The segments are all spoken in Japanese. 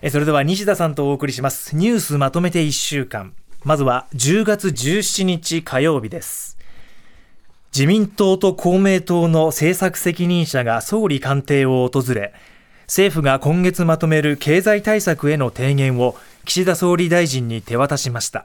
それでは西田さんとお送りしますニュースまとめて1週間。まずは10月17日火曜日です。自民党と公明党の政策責任者が総理官邸を訪れ、政府が今月まとめる経済対策への提言を岸田総理大臣に手渡しました。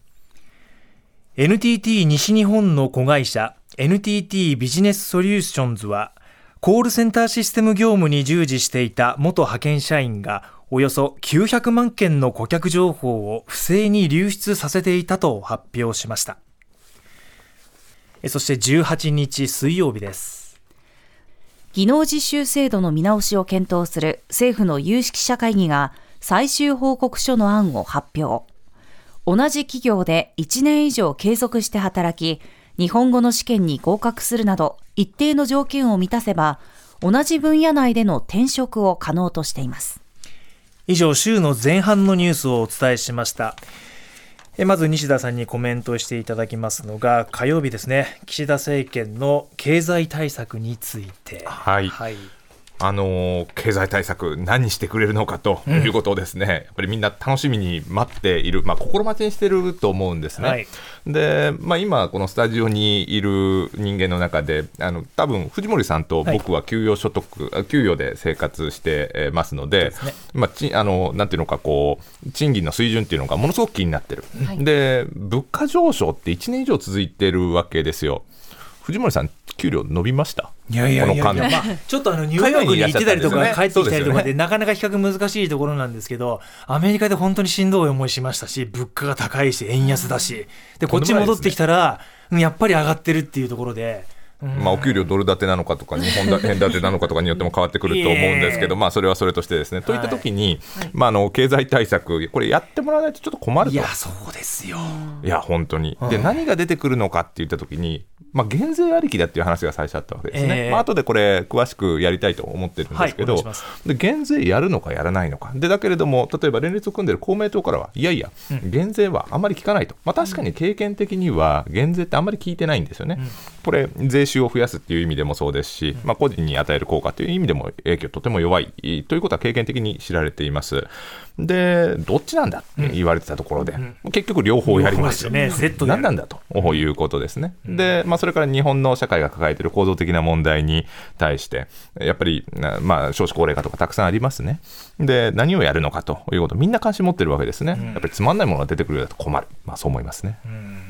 NTT 西日本の子会社 NTT ビジネスソリューションズは、コールセンターシステム業務に従事していた元派遣社員がおよそ900万件の顧客情報を不正に流出させていたと発表しました。そして18日水曜日です。 技能実習制度の見直しを検討する政府の有識者会議が最終報告書の案を発表。同じ企業で1年以上継続して働き、日本語の試験に合格するなど一定の条件を満たせば、同じ分野内での転職を可能としています。 以上、週の前半のニュースをお伝えしました。まず西田さんにコメントしていただきますのが、火曜日ですね、岸田政権の経済対策について。 はい、経済対策何してくれるのかということをですね、やっぱりみんな楽しみに待っている、心待ちにしていると思うんですね、はい。で、今このスタジオにいる人間の中で多分藤森さんと僕は給与で生活してますので、なんていうのか賃金の水準っていうのがものすごく気になってる、はい。で、物価上昇って1年以上続いてるわけですよ。藤森さん、給料伸びました？ いや、ちょっとニューヨークに行ってたりとか帰ってきたりとかで、なかなか比較難しいところなんですけど、アメリカで本当にしんどい思いしましたし、物価が高いし円安だし、でこっち戻ってきたらやっぱり上がってるっていうところで、 お給料ドル建てなのかとか日本円建てなのかとかによっても変わってくると思うんですけど、それはそれとしてですね、といった時に、経済対策これやってもらわないとちょっと困ると。 いや、そうですよ。 いや本当に。で、何が出てくるのかって言った時に、減税ありきだっていう話が最初あったわけですね。後でこれ詳しくやりたいと思ってるんですけど、で減税やるのかやらないのかで、だけれども例えば連立を組んでる公明党からはいやいや、減税はあんまり効かないと。確かに経験的には減税ってあんまり効いてないんですよね。これ税収を増やすっていう意味でもそうですし、個人に与える効果という意味でも影響とても弱いということは経験的に知られています。で、どっちなんだって言われてたところで、結局両方やりますよね。何なんだということですね。で、それから日本の社会が抱えている構造的な問題に対してやっぱり、少子高齢化とかたくさんありますね。で、何をやるのかということみんな関心持ってるわけですね。やっぱりつまんないものが出てくるようだと困る、そう思いますね。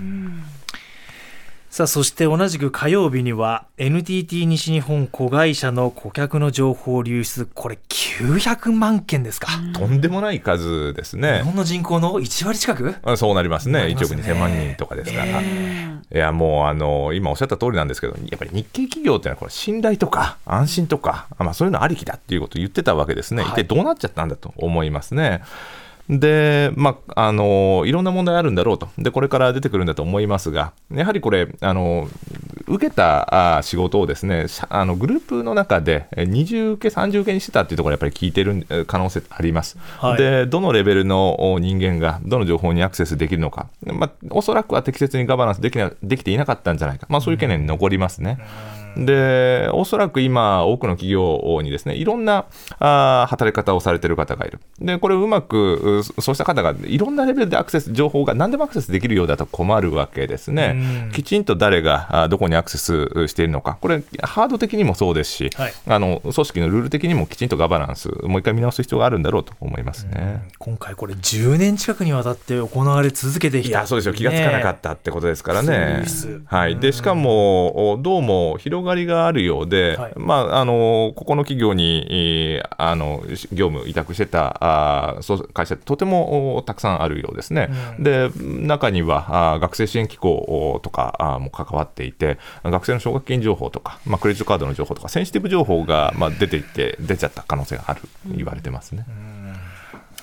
さあ、そして同じく火曜日には NTT 西日本子会社の顧客の情報流出、これ900万件ですか。 とんでもない数ですね。 日本の人口の1割近く？ そうなりますね。1億2000万人とかですから、いやもう今おっしゃった通りなんですけど、やっぱり日系企業ってのはこれ信頼とか安心とか、そういうのありきだっていうことを言ってたわけですね。一体どうなっちゃったんだと思いますね。で、いろんな問題あるんだろうと。で、これから出てくるんだと思いますが、やはりこれ受けた仕事をですね、グループの中で二重受け30受けにしてたっていうところやっぱり聞いてる可能性あります、はい。で、どのレベルの人間がどの情報にアクセスできるのか、おそらくは適切にガバナンスできていなかったんじゃないか、そういう懸念残りますね。で、おそらく今多くの企業にですね、いろんな働き方をされている方がいる。で、これをうまくそうした方がいろんなレベルで情報が何でもアクセスできるようだと困るわけですね。きちんと誰がどこにアクセスしているのか、これハード的にもそうですし、はい、組織のルール的にもきちんとガバナンスもう一回見直す必要があるんだろうと思いますね。 今回これ10年近くにわたって行われ続けてきた。 いや、そうですよ。気がつかなかったってことですからね。はい。で、しかもどうも広がりがあるようで、はい、ここの企業に業務委託してた会社とてもたくさんあるようですね。で、中には学生支援機構とかも関わっていて、学生の奨学金情報とか、クレジットカードの情報とかセンシティブ情報が出ちゃった可能性がある言われてますね。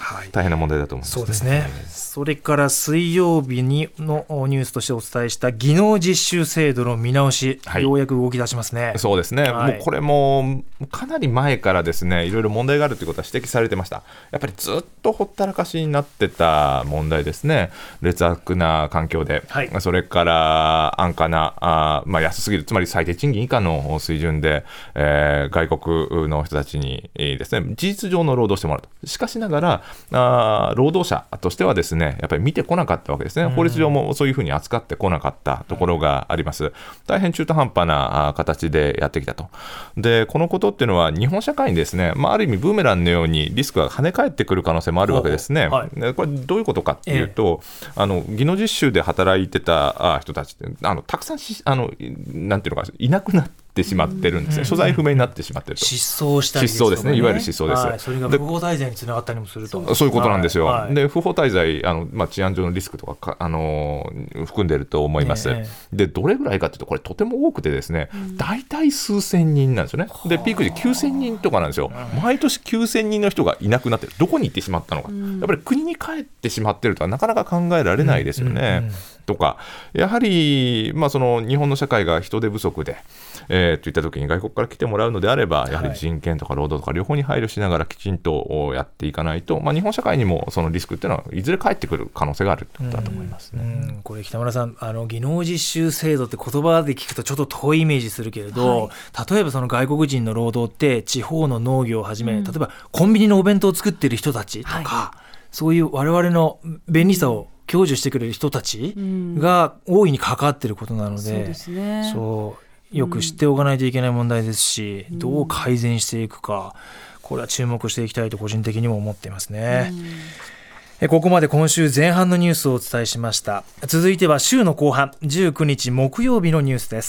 大変な問題だと思います。 そうですね。それから水曜日のニュースとしてお伝えした技能実習制度の見直し、ようやく動き出しますね。 そうですね、もうこれもかなり前からですね、いろいろ問題があるということは指摘されてました。やっぱりずっとほったらかしになってた問題ですね。劣悪な環境で、それから安価な安すぎる、つまり最低賃金以下の水準で、外国の人たちにですね、事実上の労働してもらうと。しかしながら労働者としてはですね、やっぱり見てこなかったわけですね。法律上もそういうふうに扱ってこなかったところがあります。大変中途半端な形でやってきたと。でこのことっていうのは日本社会にですね、ある意味ブーメランのようにリスクが跳ね返ってくる可能性もあるわけですね。でこれどういうことかっていうと、技能実習で働いてた人たちってたくさんなんていうのか、いなくなってしまってるんですね。所在不明になってしまってると。 失踪したりですとか、失踪ですね、いわゆる失踪です。 それが不法滞在につながったりもすると。 そういうことなんですよ。で不法滞在治安上のリスクとか含んでいると思います。でどれぐらいかというと、これとても多くてですね、大体数千人なんですよね。でピークで9000人とかなんですよ。毎年9000人の人がいなくなってる。どこに行ってしまったのか、やっぱり国に帰ってしまってるとはなかなか考えられないですよね。とかやはり、その日本の社会が人手不足で、といった時に外国から来てもらうのであれば、やはり人権とか労働とか両方に配慮しながらきちんとやっていかないと、日本社会にもそのリスクっていうのはいずれ返ってくる可能性があるということだと思いますね。 これ北村さん、技能実習制度って言葉で聞くとちょっと遠いイメージするけれど、例えばその外国人の労働って地方の農業をはじめ、例えばコンビニのお弁当を作っている人たちとか、そういう我々の便利さを享受してくれる人たちが大いに関わっていることなので、 そうですね。 よく知っておかないといけない問題ですし、どう改善していくか、これは注目していきたいと個人的にも思っていますね。ここまで今週前半のニュースをお伝えしました。続いては週の後半、19日木曜日のニュースです。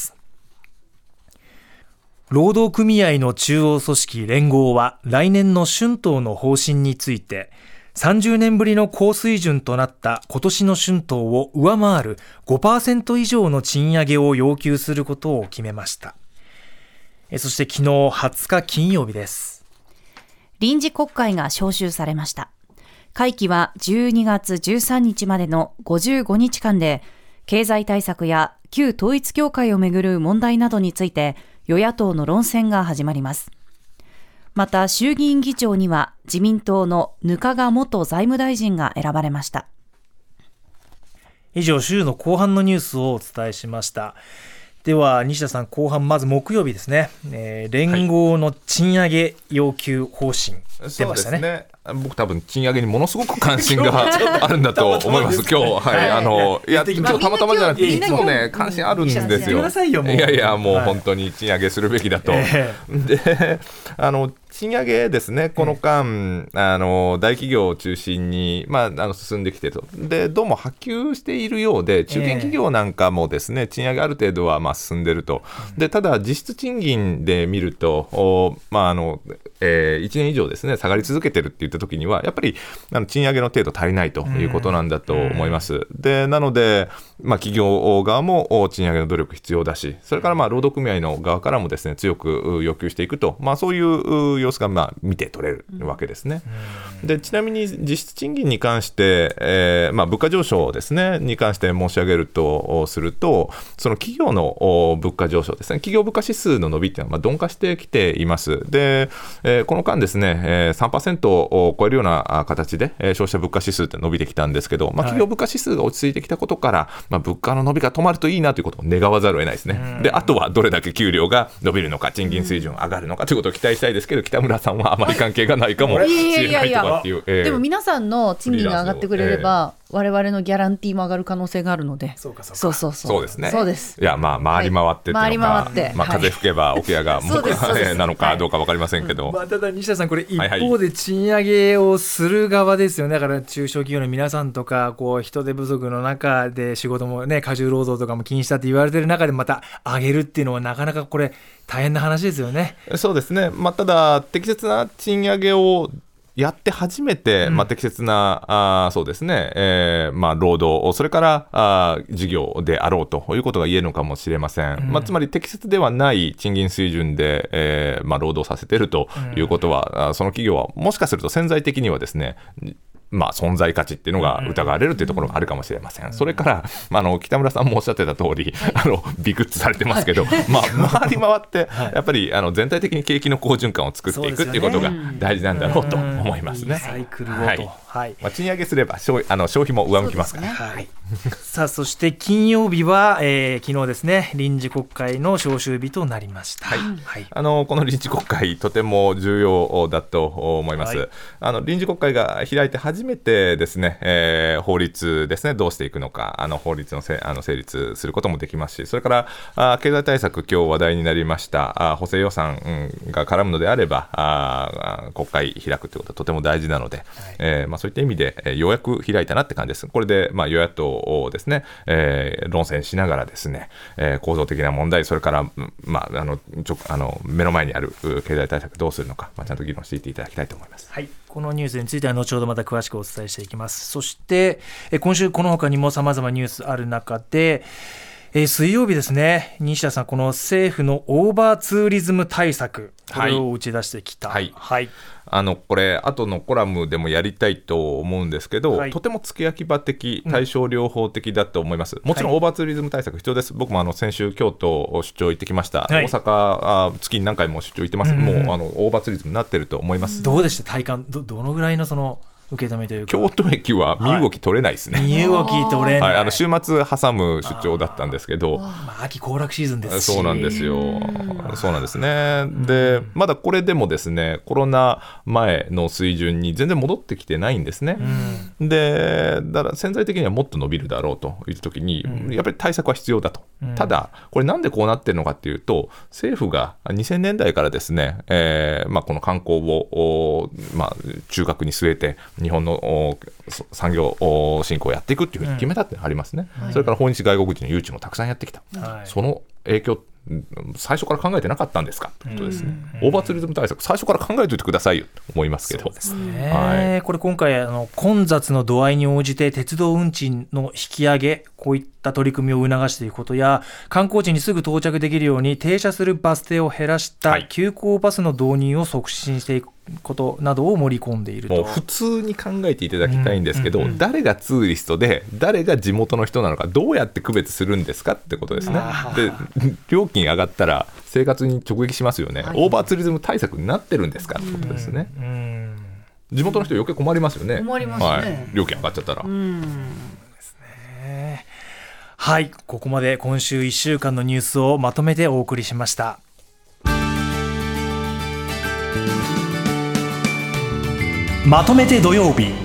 労働組合の中央組織連合は来年の春闘の方針について、30年ぶりの高水準となった今年の春闘を上回る 5% 以上の賃上げを要求することを決めました。そして昨日20日金曜日です。 臨時国会が召集されました。会期は12月13日までの55日間で、経済対策や旧統一教会をめぐる問題などについて与野党の論戦が始まります。また衆議院議長には自民党の額賀元財務大臣が選ばれました。 以上、週の後半のニュースをお伝えしました。では西田さん、後半まず木曜日ですね、連合の賃上げ要求方針出ましたね。そうですね、 僕多分賃上げにものすごく関心があるんだと思います。今日今日たまたまじゃなくていつもね関心あるんですよ。いやいやもう本当に賃上げするべきだと。で賃上げですね、この間、大企業を中心に、進んできてと。でどうも波及しているようで、中堅企業なんかもですね、賃上げある程度は進んでると。でただ実質賃金で見ると、1年以上ですね下がり続けてるって言った時には、やっぱり賃上げの程度足りないということなんだと思います。でなので、企業側も賃上げの努力必要だし、それから労働組合の側からもですね強く要求していくと、そういう様子が見て取れるわけですね。でちなみに実質賃金に関して、物価上昇ですねに関して申し上げるとすると、その企業の物価上昇ですね、企業物価指数の伸びっていうのは鈍化してきています。で、この間ですね、3% を超えるような形で消費者物価指数って伸びてきたんですけど、企業物価指数が落ち着いてきたことから、物価の伸びが止まるといいなということを願わざるを得ないですね。であとはどれだけ給料が伸びるのか、賃金水準上がるのかということを期待したいですけど、北村さんはあまり関係がないかもしれないとかっていう。 でも皆さんの賃金が上がってくれれば、我々のギャランティーも上がる可能性があるので。そうですね。 そうです。 いや回り回ってっていうのか、 回り回って、 風吹けば桶屋がなのかどうか分かりませんけど、 ただ西田さん、これ一方で賃上げをする側ですよね。だから中小企業の皆さんとか、人手不足の中で仕事もね、過重労働とかも禁止だって言われてる中でまた上げるっていうのはなかなかこれ大変な話ですよね。 そうですね、ただ適切な賃上げをやって初めて、適切なそうですね、労働、それから事業であろうということが言えるのかもしれません。つまり適切ではない賃金水準で、労働させているということは、その企業はもしかすると潜在的にはですね、存在価値っていうのが疑われるというところがあるかもしれません。それから、北村さんもおっしゃってた通り、ビクッとされてますけど、回り回ってやっぱり全体的に景気の好循環を作っていくっていうことが大事なんだろうと思いますね。 サイクルをと、 賃上げすれば消費も上向きますから。 さあ、そして金曜日は、昨日ですね、臨時国会の召集日となりました。 この臨時国会とても重要だと思います。臨時国会が開いて初めてですね、法律ですね、どうしていくのか、法律の成立することもできますし、それから経済対策、今日話題になりました補正予算が絡むのであれば国会開くということはとても大事なので、そういった意味でようやく開いたなって感じです。これで与野党をですね、論戦しながらですね、構造的な問題、それから目の前にある経済対策どうするのか、ちゃんと議論していっていただきたいと思います。 このニュースについては後ほどまた詳しくお伝えしていきます。そして今週この他にも様々ニュースある中で、水曜日ですね、西田さん、この政府のオーバーツーリズム対策、これを打ち出してきた。 これ後のコラムでもやりたいと思うんですけど、とても付け焼き場的、対症療法的だと思います。もちろんオーバーツーリズム対策必要です。僕も先週京都出張行ってきました。大阪月に何回も出張行ってます。もうオーバーツーリズムになってると思います。 どうでした体感、どのぐらいのその受け止めというか。 京都駅は身動き取れないですね。 身動き取れない。 週末挟む出張だったんですけど、 秋行楽シーズンですし。 そうなんですよ。そうなんですね。で、まだこれでもですね、コロナ前の水準に全然戻ってきてないんですね。で、だから潜在的にはもっと伸びるだろうというときに、やっぱり対策は必要だと。ただ、これなんでこうなってるのかっていうと、政府が2000年代からですね、この観光を中核に据えて、日本の産業振興をやっていくっていうふうに決めたってありますね。それから訪日外国人の誘致もたくさんやってきた。その影響、最初から考えてなかったんですかってことですね。オーバーツーリズム対策、最初から考えておいてくださいよと思いますけど。 そうですね。これ今回混雑の度合いに応じて鉄道運賃の引き上げ、こういった取り組みを促していくことや、観光地にすぐ到着できるように停車するバス停を減らした急行バスの導入を促進していくことなどを盛り込んでいると。 もう普通に考えていただきたいんですけど、誰がツーリストで誰が地元の人なのか、どうやって区別するんですかってことですね。で、料金上がったら生活に直撃しますよね。オーバーツーリズム対策になってるんですかってことですね。地元の人余計困りますよね。 困りますね。 料金上がっちゃったら。 はい、ここまで今週1週間のニュースをまとめてお送りしました。まとめて土曜日。